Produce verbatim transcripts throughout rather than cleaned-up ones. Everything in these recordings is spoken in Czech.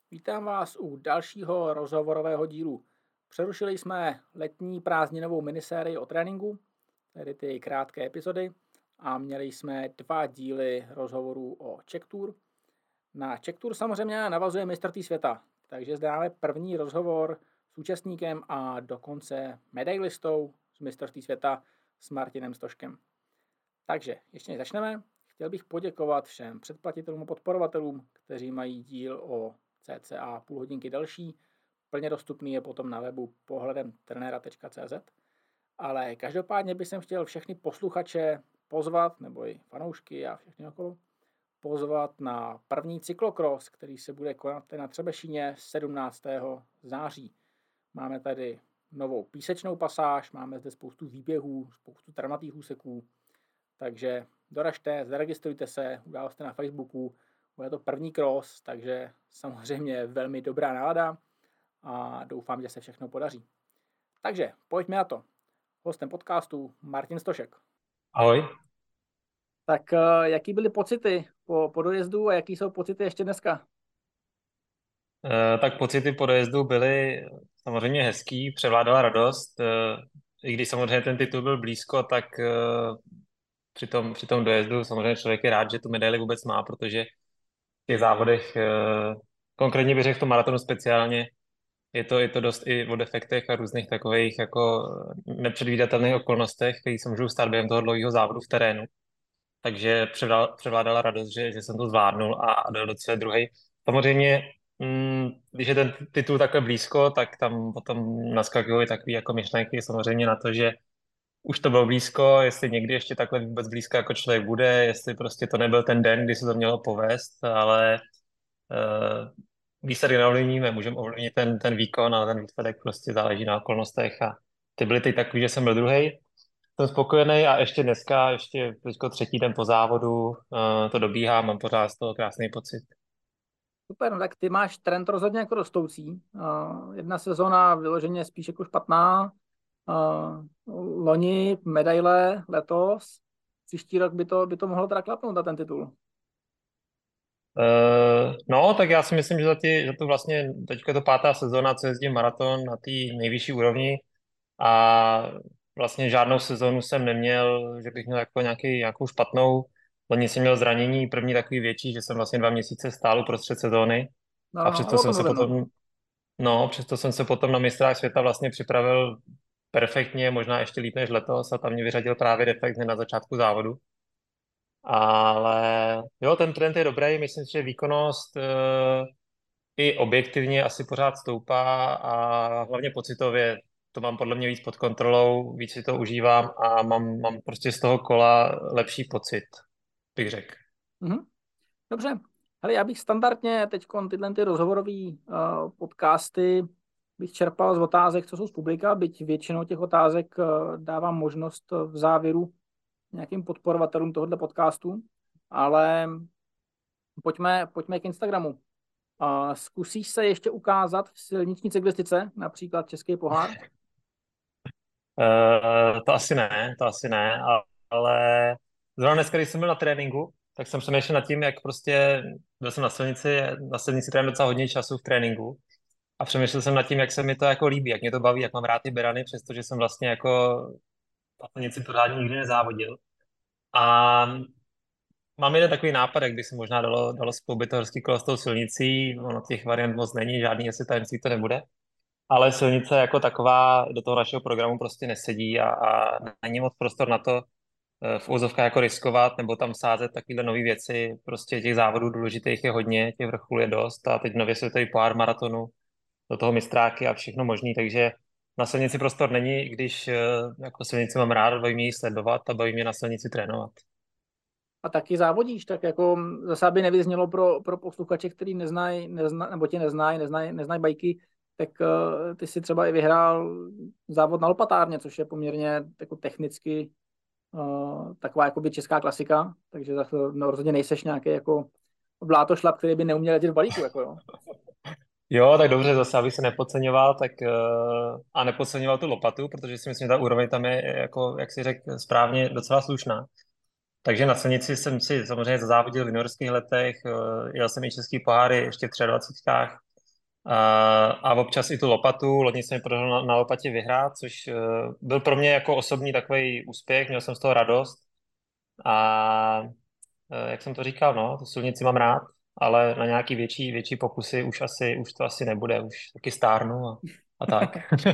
Vítám vás u dalšího rozhovorového dílu. Přerušili jsme letní prázdninovou minisérii o tréninku, tedy ty krátké epizody, a měli jsme dva díly rozhovorů o Czech Tour. Na Czech Tour samozřejmě navazuje mistrovství světa, takže zde máme první rozhovor s účastníkem a dokonce medailistou z mistrovství světa s Martinem Stoškem. Takže ještě než začneme, chtěl bych poděkovat všem předplatitelům a podporovatelům, kteří mají díl o cca půl hodinky delší. Plně dostupný je potom na webu pohledem trenera tečka cé zet. Ale každopádně bych jsem chtěl všechny posluchače pozvat, nebo i fanoušky a všechny okolo, pozvat na první cyklokros, který se bude konat na Třebešíně sedmnáctého září. Máme tady novou písečnou pasáž, máme zde spoustu výběhů, spoustu trnatých úseků, takže doražte, zaregistrujte se, události na Facebooku, bude to první cross, takže samozřejmě velmi dobrá nálada a doufám, že se všechno podaří. Takže pojďme na to. Hostem podcastu Martin Stošek. Ahoj. Tak jaký byly pocity po, po dojezdu a jaký jsou pocity ještě dneska? E, tak pocity po dojezdu byly samozřejmě hezký, převládala radost. E, I když samozřejmě ten titul byl blízko, tak e, při tom, při tom dojezdu samozřejmě člověk je rád, že tu medaili vůbec má, protože v těch závodech, e, konkrétně bych řekl v tom maratonu speciálně, je to, je to dost i o defektech a různých takových jako nepředvídatelných okolnostech, které se můžou stát během toho dlouhého závodu v terénu. Takže převládala, převládala radost, že, že jsem to zvládnul a, a dojel do cíle druhý. Samozřejmě, mm, když je ten titul takhle blízko, tak tam potom naskakují takové jako myšlenky samozřejmě na to, že už to bylo blízko, jestli někdy ještě takhle vůbec blízko jako člověk bude, jestli prostě to nebyl ten den, kdy se to mělo povést, ale uh, výsledek neovlivníme, můžeme ovlivnit ten, ten výkon, ale ten výsledek prostě záleží na okolnostech a ty byly teď takový, že jsem byl druhý. Jsem spokojený a ještě dneska, ještě teďko třetí den po závodu, uh, to dobíhá, mám pořád z toho krásný pocit. Super, no tak ty máš trend rozhodně jako rostoucí. Uh, jedna sezóna vyloženě spíš jako špatná. Uh, loni medaile, letos. Příští rok by to, by to mohlo teda klapnout na ten titul. Uh, no, tak já si myslím, že za, ty, za tu vlastně, teďka je to pátá sezóna, co jezdím maraton na té nejvyšší úrovni a vlastně žádnou sezónu jsem neměl, že bych měl jako nějaký, nějakou špatnou. Loni jsem měl zranění, první takový větší, že jsem vlastně dva měsíce stál uprostřed sezóny No, a no, no, přesto o jsem tom se mluvím, no. potom, no, přesto jsem se potom na mistrách světa vlastně připravil perfektně, možná ještě líp než letos a tam mě vyřadil právě defekt hned na začátku závodu. Ale jo, ten trend je dobrý, myslím si, že výkonnost e, i objektivně asi pořád stoupá a hlavně pocitově to mám podle mě víc pod kontrolou, víc si to užívám a mám, mám prostě z toho kola lepší pocit, bych řekl. Mhm. Dobře. Hele, já bych standardně teď tyhle ty rozhovorové uh, podcasty bych čerpal z otázek, co jsou z publika, byť většinou těch otázek uh, dávám možnost v závěru nějakým podporovatelům tohoto podcastu, ale pojďme, pojďme k Instagramu. Uh, zkusíš se ještě ukázat v silniční cyklistice, například Český pohár? Uh, to asi ne, to asi ne, a- ale zrovna dneska, když jsem byl na tréninku, tak jsem přemýšlel nad tím, jak prostě byl jsem na silnici, na silnici trávím docela hodně času v tréninku a přemýšlel jsem nad tím, jak se mi to jako líbí, jak mě to baví, jak mám rád ty berany, přestože jsem vlastně jako na silnici pořádně nikdy nezávodil. A mám jeden takový nápad, jak by se možná dalo, dalo skloubit to horský kolo s tou silnicí, ono těch variant moc není, žádný asi tajemství to nebude. Ale silnice jako taková do toho našeho programu prostě nesedí a, a není moc prostor na to eh, v úzovkách jako riskovat nebo tam sázet takovéhle nové věci. Prostě těch závodů důležitých je hodně, těch vrcholů je dost a teď nově světový pohár maratonu, do toho mistráky a všechno možný, takže na silnici prostor není, i když eh, jako silnici mám rád, baví mě ji sledovat a baví mě na silnici trénovat. A taky závodíš, tak jako zase aby nevyznělo pro, pro posluchače, který neznají, nezna, nebo tě neznají, neznají, neznají bajky, tak uh, ty si třeba i vyhrál závod na lopatárně, což je poměrně jako technicky uh, taková jakoby česká klasika, takže zase no, rozhodně nejseš nějaký jako vlátošlap, který by neuměl jezdit v balíku, jako jo. Jo, tak dobře, zase, abych se nepodceňoval, tak uh, a nepodceňoval tu lopatu, protože si myslím, že ta úroveň tam je, jako, jak si řekl správně, docela slušná. Takže na silnici jsem si samozřejmě zazávodil v juniorských letech, uh, jel jsem i český poháry ještě v dvaceti třech. A, a občas i tu lopatu. Loni jsem mi podařilo na, na lopatě vyhrát, což uh, byl pro mě jako osobní takový úspěch, měl jsem z toho radost. A uh, jak jsem to říkal, no, tu silnici mám rád, ale na nějaký větší, větší pokusy už asi, už to asi nebude, už taky stárnu a, a tak.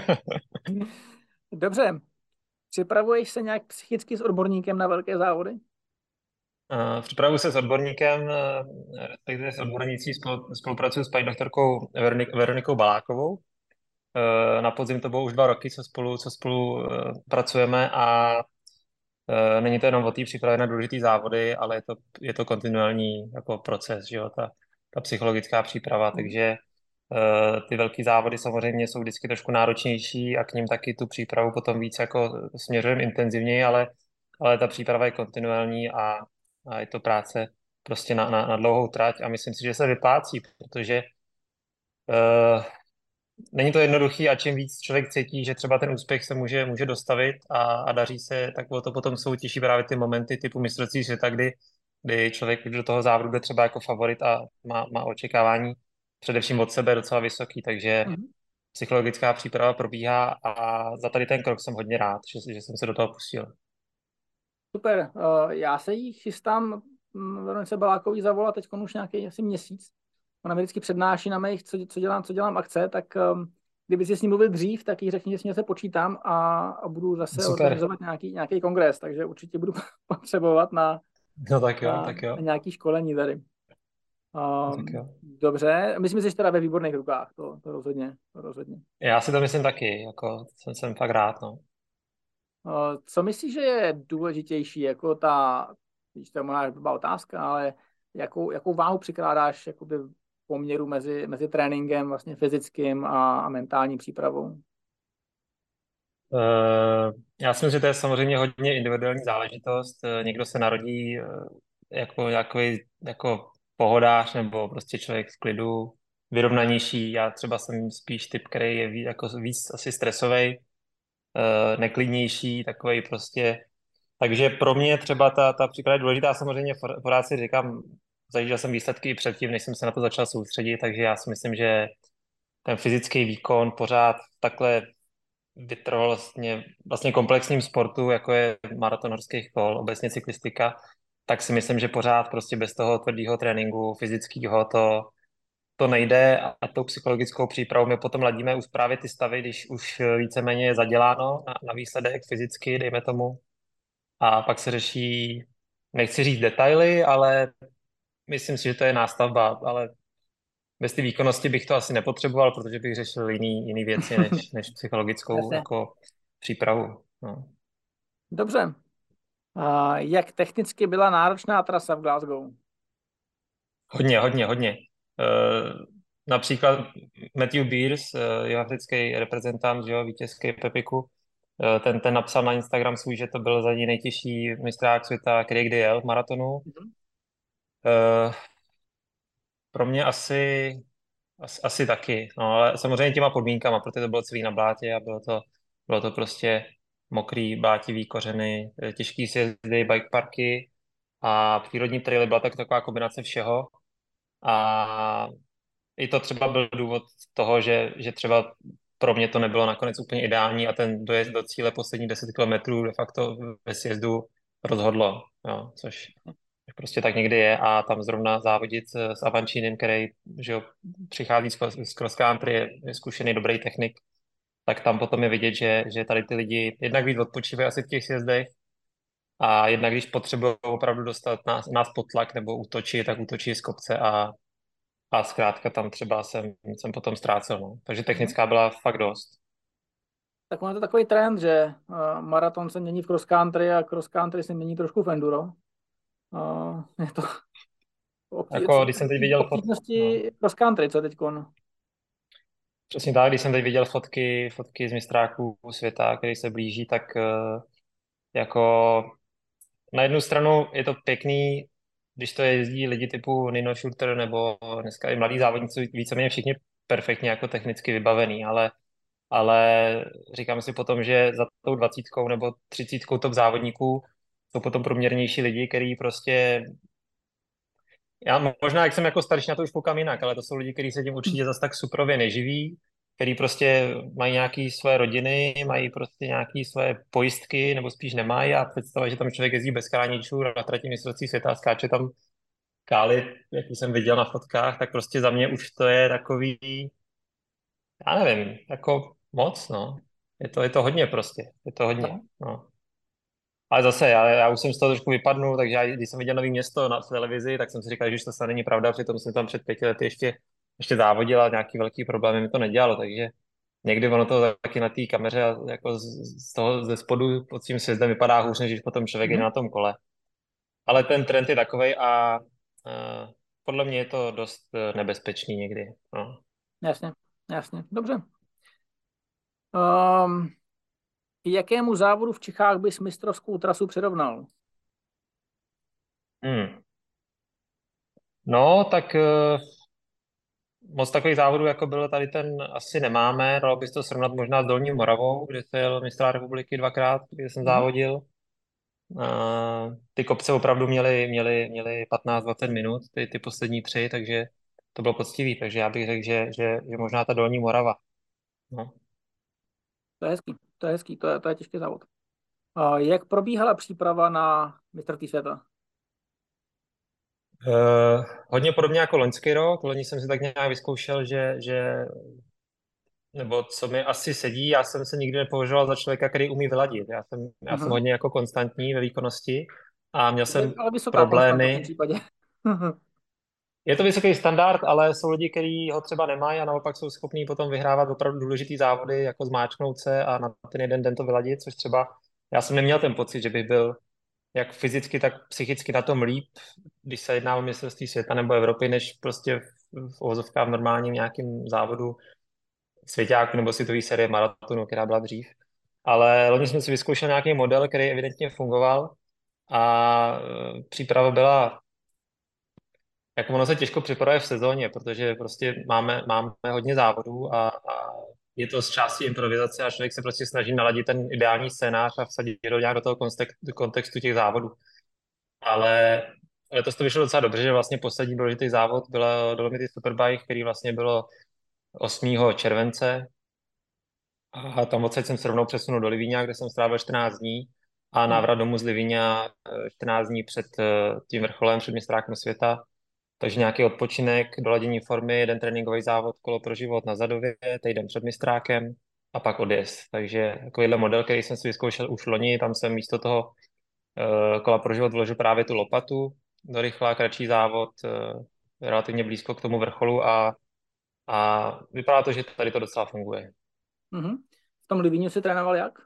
Dobře. Připravuješ se nějak psychicky s odborníkem na velké závody? Uh, připravuji se s odborníkem, uh, respektive s odbornící spolu, spolupracuji s paní doktorkou Veronik, Veronikou Balákovou. Uh, na podzim to bylo už dva roky, co spolu, co spolu uh, pracujeme a uh, není to jenom o té přípravě na důležitý závody, ale je to, je to kontinuální jako proces, že jo, ta, ta psychologická příprava, takže uh, ty velké závody samozřejmě jsou vždycky trošku náročnější a k ním taky tu přípravu potom víc jako směřujeme intenzivněji, ale, ale ta příprava je kontinuální a, a je to práce prostě na, na, na dlouhou trať a myslím si, že se vyplácí, protože uh, není to jednoduchý a čím víc člověk cítí, že třeba ten úspěch se může, může dostavit a, a daří se, tak o to potom jsou těžší právě ty momenty typu mistrovství světa, kdy, kdy člověk do toho závodu jde třeba jako favorit a má, má očekávání především od sebe docela vysoký, takže Mhm. psychologická příprava probíhá a za tady ten krok jsem hodně rád, že, že jsem se do toho pustil. Super. Uh, já se jí chystám mm, Veronice Balákový zavolat teď už nějaký asi měsíc. Ona mi vždycky přednáší na mých, co, co, dělám, co dělám akce, tak um, kdyby si s ní mluvil dřív, tak jí řekni, že s ní se počítám a, a budu zase Super, organizovat nějaký, nějaký kongres, takže určitě budu potřebovat na, no tak jo, na, tak jo, na nějaký školení tady. tak Um, jo. dobře, myslím, že jsi teda ve výborných rukách, to, to rozhodně, to rozhodně. Já si to myslím taky, jako jsem, jsem fakt rád, no. Uh, co myslíš, že je důležitější, jako ta, když to je možná blbá otázka, ale jakou, jakou váhu přikládáš jakoby poměru mezi, mezi tréninkem vlastně fyzickým a, a mentální přípravou? Eh, já si myslím, že to je samozřejmě hodně individuální záležitost. Eh, Někdo se narodí eh, jako nějaký jako pohodář nebo prostě člověk v klidu, vyrovnanější. Já třeba jsem spíš typ, který je víc, jako víc asi stresový, neklidnější, takový prostě. Takže pro mě třeba ta, ta příprava je důležitá. Samozřejmě for- pořád si říkám, zažil jsem výsledky i předtím, než jsem se na to začal soustředit, takže já si myslím, že ten fyzický výkon pořád takhle vytrvalostně vlastně komplexním sportu, jako je maraton horských kol, obecně cyklistika, tak si myslím, že pořád prostě bez toho tvrdého tréninku fyzického to, to nejde a, a tou psychologickou přípravou my potom ladíme už právě ty stavy, když už víceméně je zaděláno na, na výsledek fyzicky, dejme tomu, a pak se řeší, nechci říct detaily, ale myslím si, že to je nástavba, ale bez té výkonnosti bych to asi nepotřeboval, protože bych řešil jiný, jiný věci než, než psychologickou Jasně. jako přípravu. No. Dobře. Uh, jak technicky byla náročná trasa v Glasgow? Hodně, hodně, hodně. Uh, například Matthew Beers, uh, jihoafrický reprezentant, že jo, vítězský Pepiku, uh, ten, ten napsal na Instagram svůj, že to byl za ní nejtěžší mistrák světa, který kdy jel v maratonu. Mhm. Uh, pro mě asi, asi, asi taky, no, ale samozřejmě těma podmínkama, protože to bylo celý na blátě a bylo to, bylo to prostě mokrý, blátivý kořeny, eh, těžký sjezdy, bike parky a přírodní traily, byla tak taková kombinace všeho. A i to třeba byl důvod toho, že, že třeba pro mě to nebylo nakonec úplně ideální a ten dojezd do cíle posledních deset kilometrů de facto ve sjezdu rozhodlo, jo, což prostě tak někdy je a tam zrovna závodit s, s Avančínem, který že jo, přichází z, z cross country, je, je zkušený, dobrý technik, tak tam potom je vidět, že, že tady ty lidi jednak víc odpočívají asi v těch sjezdech a jednak když potřebují opravdu dostat nás, nás pod tlak nebo útočí, tak útočí z kopce a a zkrátka tam třeba jsem, jsem potom ztrácel, no. Takže Mhm. technická byla fakt dost. Tak ono je to takový trend, že uh, maraton se mění v cross country a cross country se mění trošku v enduro. Uh, je to obtí, Jako když jsem teď viděl fot... no. obtížnosti cross country, co teďkon? Přesně tak, když jsem teď viděl fotky, fotky z mistráků světa, který se blíží, tak eh, jako na jednu stranu je to pěkný, když to jezdí lidi typu Nino Schurter nebo dneska i mladí závodníci, víceméně všichni perfektně jako technicky vybavený, ale, ale říkám si potom, že za tou dvacítkou nebo třicítkou top závodníků jsou potom průměrnější lidi, který prostě Já možná, jak jsem jako starší, na to už koukám jinak, ale to jsou lidi, kteří se tím určitě zase tak suprově neživí, který prostě mají nějaké své rodiny, mají prostě nějaké své pojistky, nebo spíš nemají a představa, že tam člověk jezdí bez chráničů na trati mistrovství světa a skáče tam kály, jak jsem viděl na fotkách, tak prostě za mě už to je takový, já nevím, jako moc, no. Je to, je to hodně prostě, je to hodně, No, no. Ale zase, já, já už jsem z toho trošku vypadnul, takže já, když jsem viděl Nový Město na televizi, tak jsem si říkal, že to snad není pravda, přitom jsem tam před pěti lety ještě, ještě závodil a nějaký velký problémy mi to nedělalo, takže někdy ono to taky na té kameře a jako z, z toho ze spodu pod tím sjezdem vypadá hůř, než když potom člověk je mhm. na tom kole. Ale ten trend je takovej a uh, podle mě je to dost eh, nebezpečný někdy. No. Jasně, jasně, dobře. Um, jakému závodu v Čechách bys mistrovskou trasu přirovnal? Hmm. No, tak uh, moc takových závodů, jako bylo tady ten, asi nemáme. Dalo bys to srovnat možná s Dolní Moravou, kde se jel mistra republiky dvakrát, kde jsem Mhm. závodil. Uh, ty kopce opravdu měly, měly, měly patnáct dvacet minut, ty, ty poslední tři, takže to bylo poctivý. Takže já bych řekl, že, že, že možná ta Dolní Morava. No. To je hezký, to je hezký, to je, to je těžký závod. Uh, jak probíhala příprava na mistrovství světa? Uh, hodně podobně jako loňský rok. Loni jsem si tak nějak vyzkoušel, že, že nebo co mi asi sedí, já jsem se nikdy nepovažoval za člověka, který umí vyladit. Já jsem, já jsem Mhm. hodně jako konstantní ve výkonnosti a měl To je jsem ale vysoká konstanta v tom problémy. případě. Je to vysoký standard, ale jsou lidi, kteří ho třeba nemají a naopak jsou schopní potom vyhrávat opravdu důležitý závody, jako zmáčknout se a na ten jeden den to vyladit, což třeba já jsem neměl ten pocit, že bych byl jak fyzicky, tak psychicky na tom líp, když se jedná o mistrovství světa nebo Evropy, než prostě v, v uvozovkách v normálním nějakým závodu svěťáku nebo světové série maratonu, která byla dřív. Ale loni jsme si vyzkoušeli nějaký model, který evidentně fungoval a e, příprava byla, jako ono se těžko připravuje v sezóně, protože prostě máme, máme hodně závodů a, a je to z části improvizace a člověk se prostě snaží naladit ten ideální scénář a vsadit ho nějak do toho kontextu, kontextu těch závodů. Ale letos to vyšlo docela dobře, že vlastně poslední důležitý závod bylo Dolomity Superbike, který vlastně bylo osmého července. A tam odsaď jsem se rovnou přesunul do Livíňa, kde jsem strávil čtrnáct dní a Mhm. návrat domů z Livíňa eh, čtrnáct dní před eh, tím vrcholem, před mistrákem světa. Takže nějaký odpočinek, doladění formy, jeden tréninkový závod, kolo pro život na Zadově, týden před mistrákem a pak odjezd. Takže takovýhle model, který jsem si vyzkoušel už loni, tam jsem místo toho eh, kola pro život vložil právě tu lopatu do rychlá, kratší závod, eh, relativně blízko k tomu vrcholu a, a vypadá to, že tady to docela funguje. Mhm. V tom Livíňu si trénoval jak?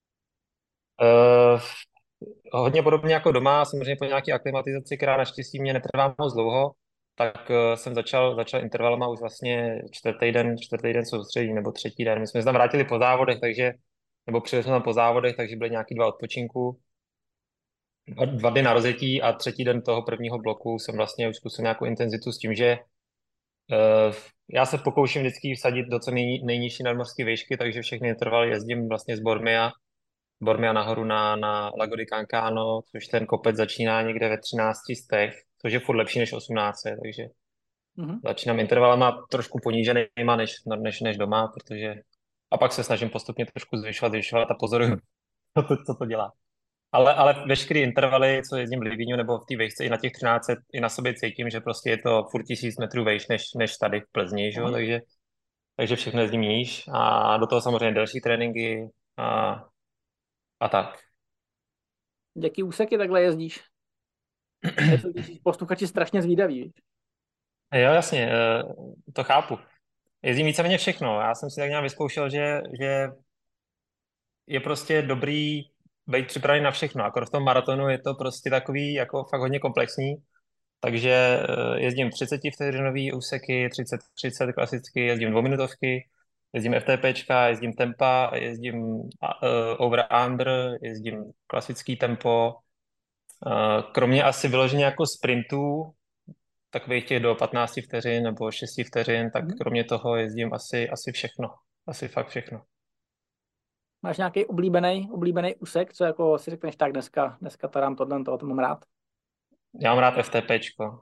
Uh, hodně podobně jako doma, samozřejmě po nějaké aklimatizaci, která naštěstí mě netrvá moc dlouho, tak uh, jsem začal, začal intervalama už vlastně čtvrtý den, čtvrtý den soustředí, nebo třetí den. My jsme se tam vrátili po závodech, takže, nebo přijeli jsme tam po závodech, takže byly nějaký dva odpočinku, dva, dva dny na rozjetí a třetí den toho prvního bloku jsem vlastně už zkusil nějakou intenzitu s tím, že uh, já se pokouším vždycky vsadit do co nej, nejnižší nadmořské výšky, takže všechny intervaly jezdím vlastně z Bormia Bormia nahoru na, na Lago di Cancano, což ten kopec začíná někde ve třinácti stech, což je furt lepší než osmnáct, takže Mhm. začínám intervalama trošku poníženýma než, než, než doma, protože a pak se snažím postupně trošku zvyšovat, zvyšovat a pozoruju, co to, co to dělá. Ale, ale veškeré intervaly, co jezdím v Livíňu nebo v té vejšce, i na těch třináct i na sobě cítím, že prostě je to furt tisíc metrů vejš než, než tady v Plzni, že jo? Mhm. Takže, takže všechno jezdím níž a do toho samozřejmě další tréninky a, a tak. Jaký úseky takhle jezdíš? Tady jsou když posluchači strašně zvídaví. Víš? Jo, jasně, eh, to chápu. Jezdím víceméně všechno. Já jsem si tak nějak vyzkoušel, že, že je prostě dobrý být připravený na všechno. Akorát v tom maratonu je to prostě takový jako fakt hodně komplexní. Takže eh, jezdím třicet vteřinový úseky, třicet třicet klasicky, jezdím dvouminutovky, jezdím FTPčka, jezdím tempa, jezdím uh, over under, jezdím klasický tempo. Uh, kromě asi vyloženě jako sprintů, takových těch do patnácti vteřin nebo šesti vteřin, tak Mhm. kromě toho jezdím asi, asi všechno. Asi fakt všechno. Máš nějaký oblíbený, oblíbený úsek, co jako si řekneš, tak dneska, dneska tady dám tohle, toho to mám rád. Já mám rád FTPčko.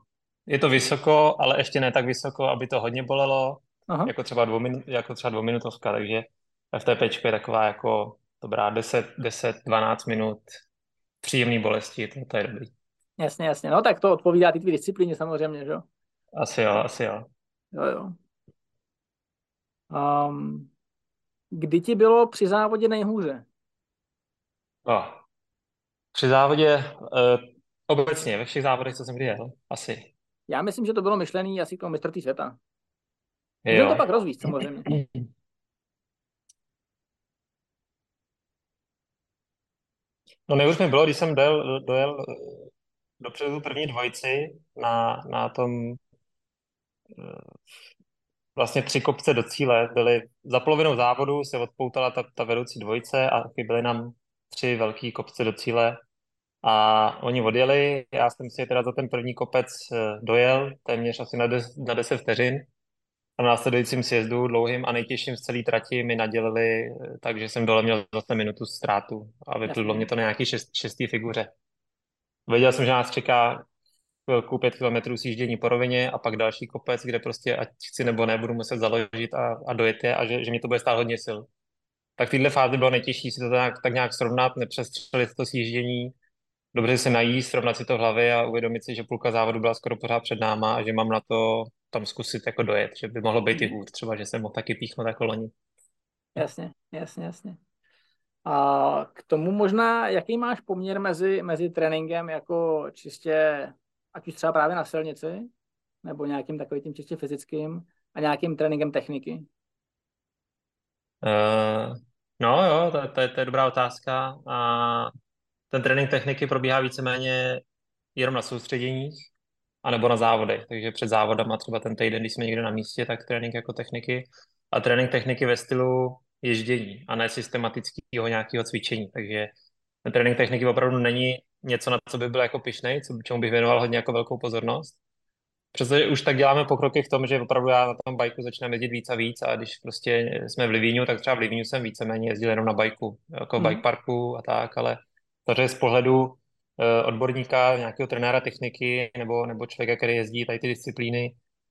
je to vysoko, ale ještě ne tak vysoko, aby to hodně bolelo, Aha, jako třeba dvouminut, jako třeba dvouminutovka, takže FTPčko je taková jako dobrá deset, deset, dvanáct minut příjemný bolesti, to, to je dobrý. jasně, jasně. No tak to odpovídá ty tvý disciplíně samozřejmě, že jo? Asi jo, asi jo. Jo, jo. Um, kdy ti bylo při závodě nejhůře? No. Při závodě, uh, obecně ve všech závodech, co jsem kdy jel, asi. Já myslím, že to bylo myšlený asi k tomu mistrovství světa. Můžeme to Jo. pak rozvíct samozřejmě. No nejhůř mi bylo, když jsem dojel, dojel eh, dopředu první dvojici na, na tom eh, vlastně tři kopce do cíle. Byly za polovinou závodu se odpoutala ta, ta vedoucí dvojice a byly nám tři velký kopce do cíle. A oni odjeli, já jsem si teda za ten první kopec eh, dojel téměř asi na, des, na deset vteřin. A na následujícím sjezdu dlouhým a nejtěžším z celé trati mi nadělili, eh, takže jsem dole měl zase minutu ztrátu a vyplilo mě Jasně. to na nějaký šest, šestý figuře. Věděl jsem, že nás čeká chvilku pět kilometrů sjíždění po rovině a pak další kopec, kde prostě ať chci nebo ne, budu muset založit a, a dojet je a že, že mi to bude stát hodně sil. Tak v této fázi bylo nejtěžší si to tak, tak nějak srovnat, nepřestřelit to sjíždění, dobře se najíst, srovnat si to v hlavě a uvědomit si, že půlka závodu byla skoro pořád před náma a že mám na to tam zkusit jako dojet, že by mohlo být i Mhm. hůř, třeba, že jsem mohl taky píchnout jako loni. Jasně, jasně, jasně. A k tomu možná, jaký máš poměr mezi, mezi tréninkem jako čistě, ať už třeba právě na silnici, nebo nějakým takovým tím čistě fyzickým a nějakým tréninkem techniky? Uh, no jo, to, to, je, to je dobrá otázka a ten trénink techniky probíhá víceméně jenom na soustředěních anebo na závodech, takže před závodama třeba ten týden, když jsme někde na místě, tak trénink jako techniky a trénink techniky ve stylu ježdění a ne systematického nějakého cvičení, takže ten trénink techniky opravdu není něco, na co by byl jako pyšnej, co, čemu bych věnoval hodně jako velkou pozornost. Přestože už tak děláme pokroky v tom, že opravdu já na tom bajku začínám jezdit víc a víc a když prostě jsme v Livíňu, tak třeba v Livíňu jsem víceméně jezdil jenom na bajku, jako bike Mhm. parku a tak, ale takže z pohledu eh, odborníka, nějakého trenéra techniky nebo, nebo člověka, který jezdí tady ty disciplíny,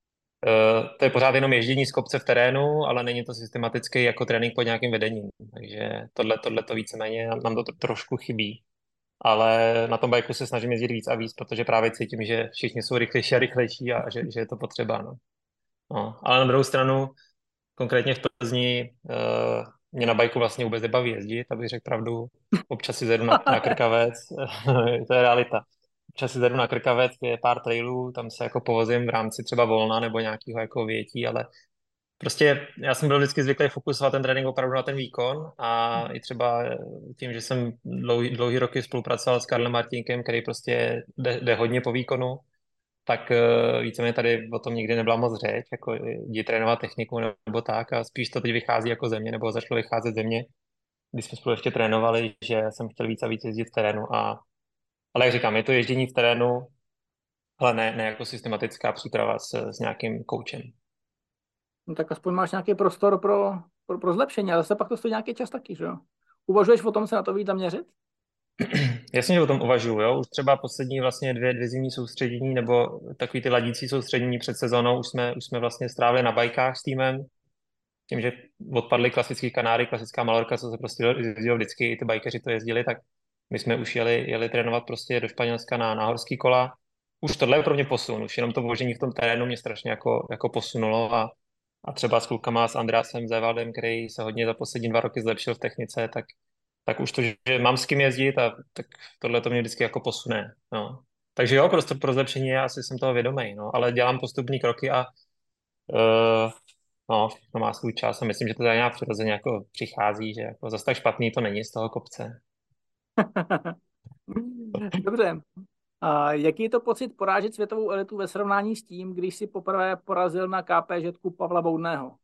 eh, to je pořád jenom ježdění z kopce v terénu, ale není to systematický jako trénink pod nějakým vedením. Takže tohle, tohle to víceméně nám to trošku chybí. Ale na tom bajku se snažím jezdit víc a víc, protože právě cítím, že všichni jsou rychlejší a rychlejší a že, že je to potřeba. No. No. Ale na druhou stranu, konkrétně v Plzni, uh, mě na bajku vlastně vůbec nebaví jezdit, abych řekl pravdu. Občas si zedu na, na Krkavec, to je realita. Občas si zedu na Krkavec, kde je pár trailů, tam se jako povozím v rámci třeba volna nebo nějakého jako větí, ale prostě já jsem byl vždycky zvyklý fokusovat ten trénink opravdu na ten výkon a i třeba tím, že jsem dlouhý, dlouhý roky spolupracoval s Karlem Martinkem, který prostě jde, jde hodně po výkonu, tak uh, víceméně tady o tom nikdy nebyla moc řeč, jako jdi trénovat techniku nebo tak a spíš to teď vychází jako ze mě, nebo začalo vycházet ze mě, když jsme spolu ještě trénovali, že jsem chtěl víc a víc jezdit v terénu a ale jak říkám, je to ježdění v terénu, ale ne, ne jako systematická příprava s, s nějakým koučem. No tak aspoň máš nějaký prostor pro, pro, pro zlepšení, ale zase pak to stojí nějaký čas taky, že jo? Uvažuješ o tom se na to víc zaměřit? Jasně, že o tom uvažuju, jo. Už třeba poslední vlastně dvě, dvě zimní soustředění nebo takový ty ladící soustředění před sezónou už jsme, už jsme vlastně strávili na bajkách s týmem, tím, že odpadly klasický Kanáry, klasická Malorka, co se prostě jezdilo vždycky, i ty bajkeři to jezdili, tak my jsme už jeli, jeli trénovat prostě do Španělska na, na horský kola. Už tohle je pro mě posun, už jenom to vložení v tom terénu mě strašně jako, jako posunulo a, a třeba s klukama, s Andrásem Zevaldem, který se hodně za poslední dva roky zlepšil v technice, tak tak už to, že mám s kým jezdit a tak tohle to mě vždycky jako posune, no. Takže jo, prostor pro zlepšení je, asi jsem toho vědomý, no, ale dělám postupní kroky a uh, no, to má svůj čas a myslím, že to tady nějak přirozeně jako přichází, že jako zase tak špatný to není z toho kopce. Dobře. A jaký je to pocit porážet světovou elitu ve srovnání s tím, když si poprvé porazil na KPŽetku Pavla Boudného?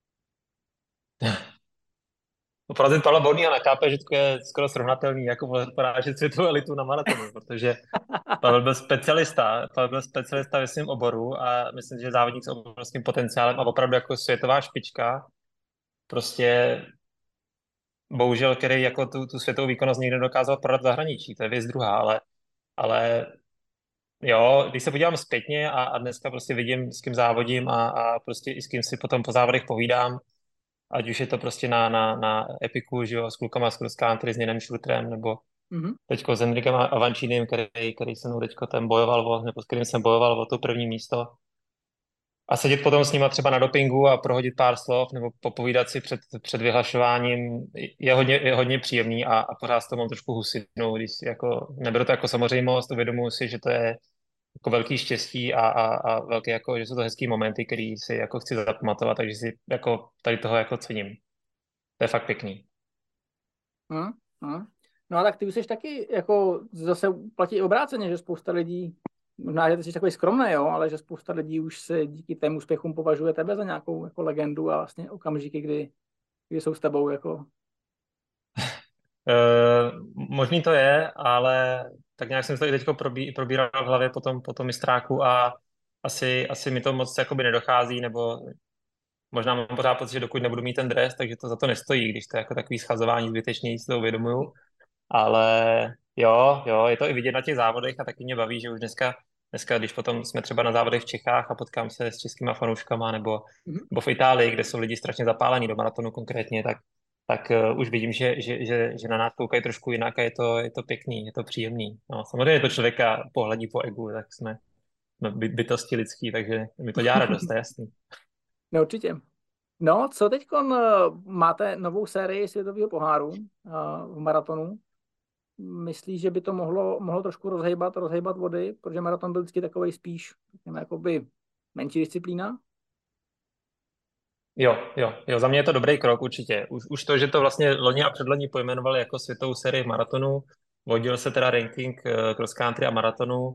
Porazit Pavla Bodnýho na ká pé žé je skoro srovnatelný jako porážet světovou elitu na maratonu, protože Pavel byl specialista, Pavel byl specialista ve svém oboru a myslím, že závodník s obrovským potenciálem a opravdu jako světová špička, prostě bohužel, který jako tu, tu světovou výkonnost nikdy nedokázal prodat v zahraničí, to je věc druhá, ale, ale Jo, když se podívám zpětně a, a dneska prostě vidím, s kým závodím a, a prostě i s kým si potom po závodech povídám, ať už je to prostě na, na, na Epiku, že jo, s klukama z cross country, s Něnem Šurtrem, nebo Mhm. teďko s Enrikem Avančínem, který, který se mnou teďko ten bojoval, o, nebo s kterým jsem bojoval o to první místo. A sedět potom s nima třeba na dopingu a prohodit pár slov, nebo popovídat si před, před vyhlašováním je hodně, je hodně příjemný a, a pořád s toho mám trošku husinu, když jako, neberu to jako samozřejmost, uvědomuji si, že to je jako velký štěstí a, a, a velký, jako, že jsou to hezký momenty, který si jako chci zapamatovat, takže si jako tady toho jako cením. To je fakt pěkný. Mhm. Mhm. No a tak ty už jsi taky jako zase platí i obráceně, že spousta lidí, možná, že ty jsi takový skromný, jo, ale že spousta lidí už se díky tém úspěchům považuje tebe za nějakou jako legendu a vlastně okamžiky, kdy, kdy jsou s tebou jako... Uh, možný to je, ale tak nějak jsem to i teď probí, probíral v hlavě po tom, po tom mistráku a asi, asi mi to moc jakoby nedochází, nebo možná mám pořád pocit, že dokud nebudu mít ten dres, takže to za to nestojí, když to je jako takový schazování zbytečně, si to uvědomuju. Ale jo, jo, je to i vidět na těch závodech a taky mě baví, že už dneska, dneska, když potom jsme třeba na závodech v Čechách a potkám se s českýma fanouškama nebo, Mhm. nebo v Itálii, kde jsou lidi strašně zapálení do maratonu konkrétně, tak, tak uh, už vidím, že, že, že, že na nás koukají trošku jinak a je to, je to pěkný, je to příjemný. No, samozřejmě to člověka pohledí po egu, tak jsme, jsme by, bytosti lidský, takže mi to dělá radost, to je jasný. No určitě. No, co teď máte novou sérii světového poháru uh, v maratonu? Myslíš, že by to mohlo, mohlo trošku rozhejbat, rozhejbat vody, protože maraton byl vždycky takový spíš, řekněme, jakoby menší disciplína? Jo, jo, jo, za mě je to dobrý krok určitě. Už, už to, že to vlastně loni a předloni pojmenovali jako světovou sérii maratonu, vodil se teda ranking eh, cross country a maratonu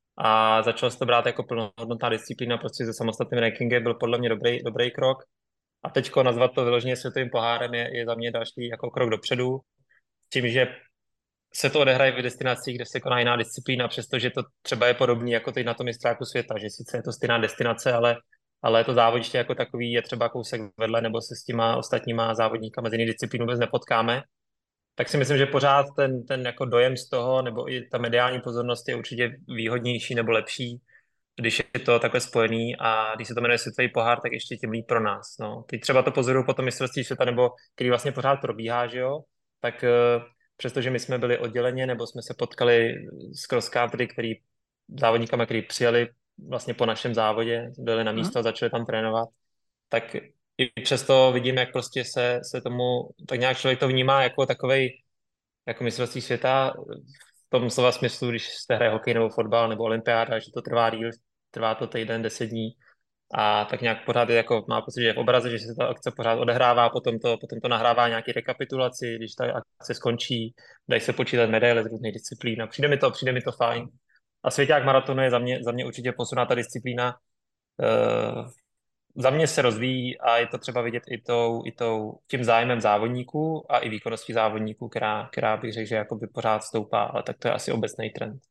a začalo se to brát jako plnohodnotná disciplína, prostě se samostatným rankingem byl podle mě dobrý, dobrý krok. A teďko nazvat to vyloženě světovým pohárem je, je za mě další jako krok dopředu, s tím, že se to odehraje v destinacích, kde se koná jiná disciplína, přestože to třeba je podobný jako teď na tom mistráku světa, že sice je to stejná destinace, ale, ale to závodiště jako takový je třeba kousek vedle, nebo se s těma ostatníma závodníkama z jiných disciplín vůbec nepotkáme. Tak si myslím, že pořád ten, ten jako dojem z toho, nebo i ta mediální pozornost je určitě výhodnější nebo lepší, když je to takhle spojený a když se to jmenuje světový pohár, tak ještě tím líp pro nás. No. Teď třeba to pozoruju po tom mistrovství světa, nebo který vlastně pořád probíhá, že jo, tak eh, přestože my jsme byli odděleně, nebo jsme se potkali s cross country, který závodníkama, který přijeli vlastně po našem závodě, byli na Mhm. místo a začali tam trénovat, tak i přesto vidím, jak prostě se, se tomu, tak nějak člověk to vnímá jako takovej, jako mistrovství světa v tom slova smyslu, když se hraje hokej nebo fotbal nebo olympiáda, že to trvá díl, trvá to týden, deset dní a tak nějak pořád je jako, má pocit, že je v obraze, že se ta akce pořád odehrává, potom to, potom to nahrává nějaký rekapitulaci, když ta akce skončí, dají se počítat medaile z různých disciplín a přijde mi to, přijde mi to fajn. A svěťák maratonu je za mě, za mě určitě posuná ta disciplína. Uh, za mě se rozvíjí a je to třeba vidět i, tou, i tou, tím zájmem závodníků a i výkonností závodníků, která, která bych řekl, že jakoby pořád stoupá, ale tak to je asi obecný trend.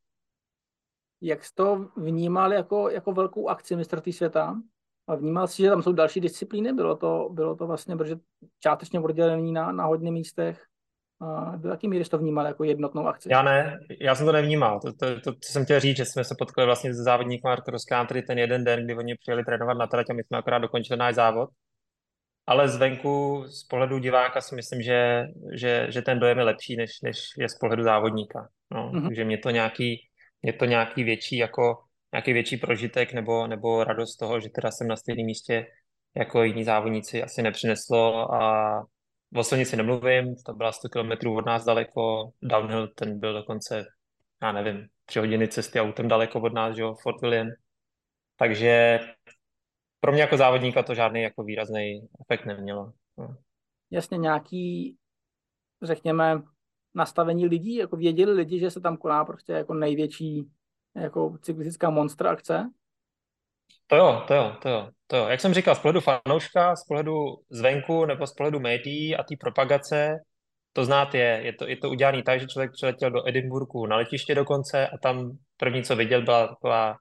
Jak jsi to vnímal jako, jako velkou akci mistrovství světa? A vnímal jsi, že tam jsou další disciplíny? Bylo to, bylo to vlastně, protože částečně oddělený na, na hodně místech. A do jaký míry jsi to vnímal jako jednotnou akci? Já ne, já jsem to nevnímal. To, to, to, co jsem chtěl říct, že jsme se potkali vlastně s závodníky cross country ten jeden den, kdy oni přijeli trénovat na trať a my jsme akorát dokončili náš závod. Ale zvenku, z pohledu diváka si myslím, že, že, že ten dojem je lepší, než, než je z pohledu závodníka. No, Mhm. takže mě to nějaký, mě to nějaký větší, jako, nějaký větší prožitek nebo, nebo radost z toho, že teda jsem na stejném místě jako jiní závodníci asi nepřineslo a o silnici nemluvím, to byla sto kilometrů od nás daleko, downhill ten byl dokonce, já nevím, tři hodiny cesty autem daleko od nás, že jo, Fort William. Takže pro mě jako závodníka to žádný jako výrazný efekt nemělo. No. Jasně nějaký, řekněme, nastavení lidí, jako věděli lidi, že se tam koná prostě jako největší jako cyklistická monstra akce. To jo, to jo, to jo, to jo. Jak jsem říkal, z pohledu fanouška, z pohledu zvenku nebo z pohledu médií a té propagace, to znát je. Je to, je to udělané tak, že člověk přiletěl do Edinburghu na letiště dokonce a tam první, co viděl, byla taková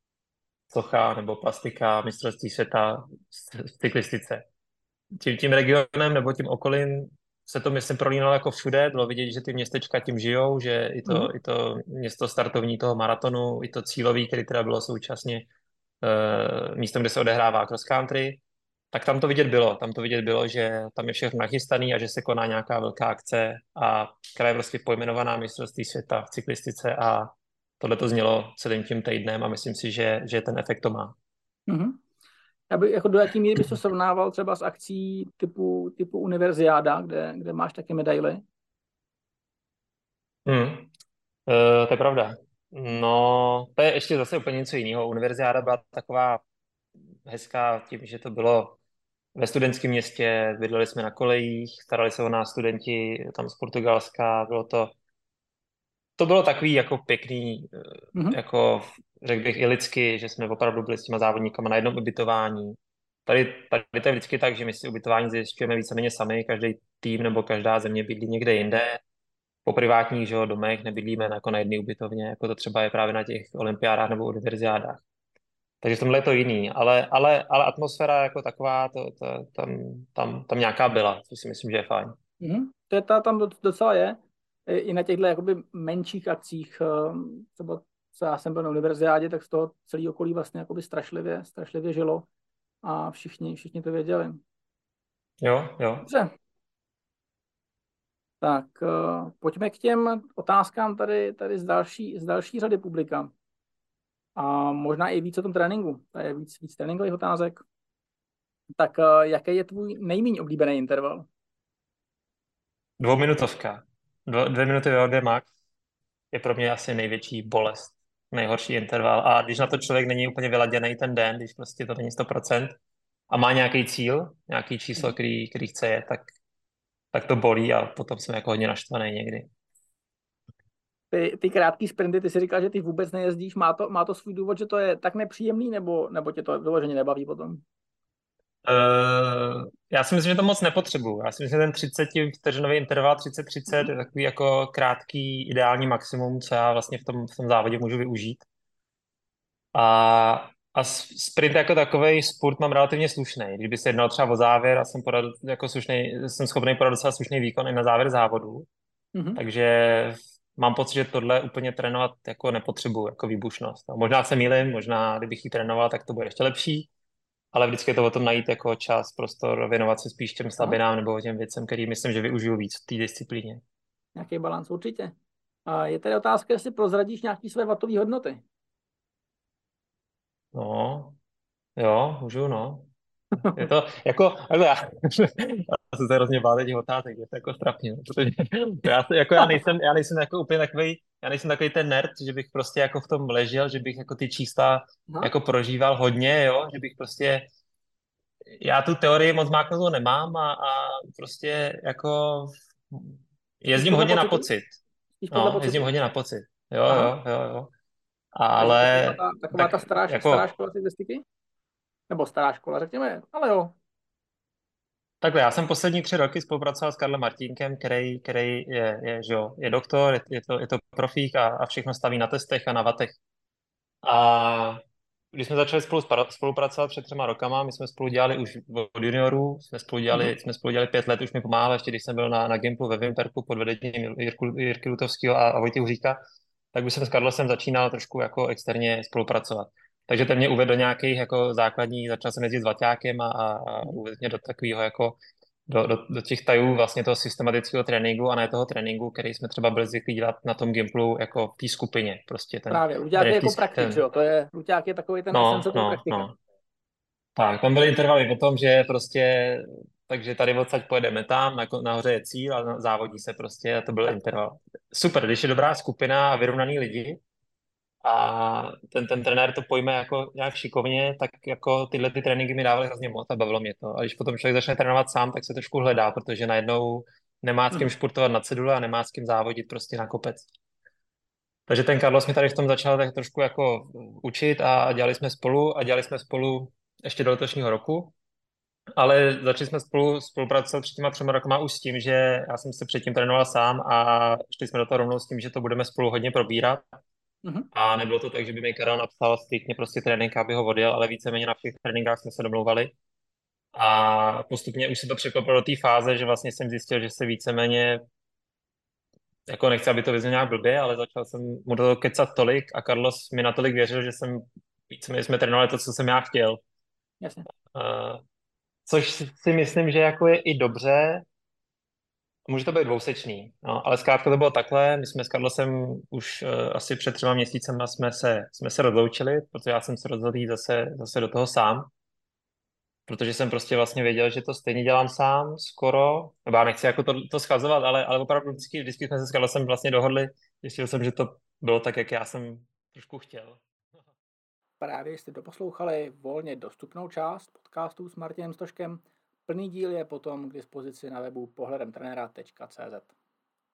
socha nebo plastika mistrovství světa v cyklistice. Tím, tím regionem nebo tím okolím se to, myslím, prolínalo jako všude. Bylo vidět, že ty městečka tím žijou, že i Mhm. to, i to město startovní toho maratonu, i to cílový, který teda bylo současně uh, místem, kde se odehrává cross country, tak tam to vidět bylo. Tam to vidět bylo, že tam je všechno nachystaný a že se koná nějaká velká akce a která je prostě pojmenovaná mistrovství světa v cyklistice a tohle to znělo celým tím týdnem a myslím si, že, že ten efekt to má. Mhm. Já by, jako do jaký míry bys to srovnával třeba s akcí typu, typu Univerziáda, kde, kde máš taky medaily? Hmm. Uh, to je pravda. No, to je ještě zase úplně něco jiného. Univerziáda byla taková hezká tím, že to bylo ve studentském městě, bydleli jsme na kolejích, starali se o nás studenti tam z Portugalska, bylo to, to bylo takový jako pěkný, Mhm. jako řekl bych i lidsky, že jsme opravdu byli s těma závodníkama na jednom ubytování. Tady, tady to je vždycky tak, že my si ubytování zjišťujeme víceméně sami, každý tým nebo každá země bydlí někde jinde. Po privátních, že jo, domech nebydlíme jako na jedné ubytovně, jako to třeba je právě na těch olympiádách nebo univerziádách. Takže v tomhle je to jiný, ale, ale, ale atmosféra jako taková, to, to, tam, tam, tam nějaká byla, což si myslím, že je fajn. Mhm. To je ta tam doc- docela je. I i na těchto jakoby menších akcích, eh, třeba co já jsem byl na univerziádě, tak z toho celý okolí vlastně jakoby strašlivě, strašlivě žilo a všichni, všichni to věděli. Jo, jo. Dobře, tak eh, pojďme k těm otázkám tady, tady z další, z další řady publika. A možná i víc o tom tréninku. To je víc, víc tréninkových otázek. Tak eh, jaký je tvůj nejméně oblíbený interval? Dvouminutovka. Dvo, dvě minuty ve dvě max je pro mě asi největší bolest, nejhorší interval. A když na to člověk není úplně vyladěný ten den, když prostě to není sto procent a má nějaký cíl, nějaký číslo, který, který chce je, tak, tak to bolí a potom jsem jako hodně naštvaný někdy. Ty, ty krátký sprinty, ty si říkal, že ty vůbec nejezdíš. Má to, má to svůj důvod, že to je tak nepříjemný, nebo, nebo tě to vyloženě nebaví potom? Uh, já si myslím, že to moc nepotřebuju. Já si myslím, že ten třicet vteřinový interval třicet třicet je takový jako krátký ideální maximum, co já vlastně v tom, v tom závodě můžu využít. A, a s- sprint jako takovej sport mám relativně slušný. Kdyby se jednalo třeba o závěr a jsem, porad, jako slušnej, jsem schopný podat docela slušný výkon i na závěr závodu, Mhm. takže mám pocit, že tohle úplně trénovat jako nepotřebuju, jako výbušnost. A možná se mýlím, možná kdybych ji trénoval, tak to bude ještě lepší, ale vždycky je to o tom najít jako čas, prostor, věnovat se spíš těm No, slabinám nebo těm věcem, který myslím, že využiju víc v té disciplíně. nějaký balans určitě. A je tady otázka, jestli prozradíš nějaký své vatové hodnoty. No, jo, můžu, no. Je to jako, ale já, já jsem se hrozně bál těch otázek, je to jako strapně, no, protože já, se- jako já nejsem, já nejsem jako úplně takový, já nejsem takový ten nerd, že bych prostě jako v tom ležel, že bych jako ty čísla Aha. jako prožíval hodně, jo, že bych prostě, já tu teorii moc máknutou nemám a, a prostě jako Spíš jezdím podle hodně na pocitu? pocit, Spíš podle no, jezdím pocitu. hodně na pocit, jo, Aha. jo, jo, jo, Takže taková ale ta, taková tak ta stará, stará jako škola cyklistiky? Nebo stará škola, řekněme. Ale jo. takhle, já jsem poslední tři roky spolupracoval s Karlem Martínkem, který, který je, je, že jo, je doktor, je, je, to, je to profík a, a všechno staví na testech a na vatech. A když jsme začali spolu spara- spolupracovat před třema rokama, my jsme spolu dělali už od juniorů, jsme spolu Mhm. dělali, jsme spolu dělali pět let, už mi pomáhal, ještě když jsem byl na, na Gimplu ve Vimperku pod vedením Jirku, Jirky Lutovského a, a Vojty Huříka, tak už jsem s Karlosem začínal trošku jako externě spolupracovat. Takže ten mě uvedl do nějakých jako základních, začal jsem jezdit s vaťákem a, a, a Mhm. uvedl mě do takového jako do, do, do těch tajů vlastně toho systematického tréninku a ne toho tréninku, který jsme třeba byli zvyklí dělat na tom Gimplu jako v té skupině. Prostě ten, Právě. Luťák ten, je je v té jako sk- praktik, že ten jo? To je, Luťák je takový ten no, esence toho no, praktika. no. Tak, tam byly intervaly o tom, že prostě, takže tady odsaď pojedeme tam, na, nahoře je cíl a závodí se prostě a to byl Tak. interval. Super, když je dobrá skupina a vyrovnaný lidi a ten, ten trenér to pojme jako nějak šikovně, tak jako tyhle ty tréninky mi dávaly hrozně moc a bavilo mě to. A když potom člověk začne trénovat sám, tak se trošku hledá, protože najednou nemá s kým Mhm. športovat na cedule a nemá s kým závodit prostě na kopec. Takže ten Carlos mi tady v tom začal tak trošku jako učit a dělali jsme spolu a dělali jsme spolu ještě do letošního roku. Ale začali jsme spolu spolupracovat před těma třema rokama už s tím, že já jsem se předtím trénoval sám a šli jsme do toho rovnou s tím, že to budeme spolu hodně probírat. Mhm. A nebylo to tak, že by mi Karel napsal striktně prostě trénink, aby ho odjel, ale víceméně na všech tréninkách jsme se domlouvali. A postupně už se to překlopilo do té fáze, že vlastně jsem zjistil, že se víceméně, jako nechci, aby to vyznělo nějak blbě, ale začal jsem mu do toho kecat tolik a Carlos mi natolik věřil, že jsem víceméně jsme trénovali to, co jsem já chtěl. Jasně. Uh, což si myslím, že jako je i dobře, může to být dvousečný, no, ale zkrátka to bylo takhle, my jsme s Carlosem už uh, asi před třema měsícema jsme se, jsme se rozloučili, protože já jsem se rozhodl jít zase, zase do toho sám, protože jsem prostě vlastně věděl, že to stejně dělám sám skoro, nebo já nechci jako to, to schazovat, ale, ale opravdu vždycky, vždycky jsme se s Carlosem vlastně dohodli, zjistil jsem, že to bylo tak, jak já jsem trošku chtěl. Právě jste doposlouchali volně dostupnou část podcastu s Martinem Stoškem. Plný díl je potom k dispozici na webu pohledem trenéra tečka cé zet.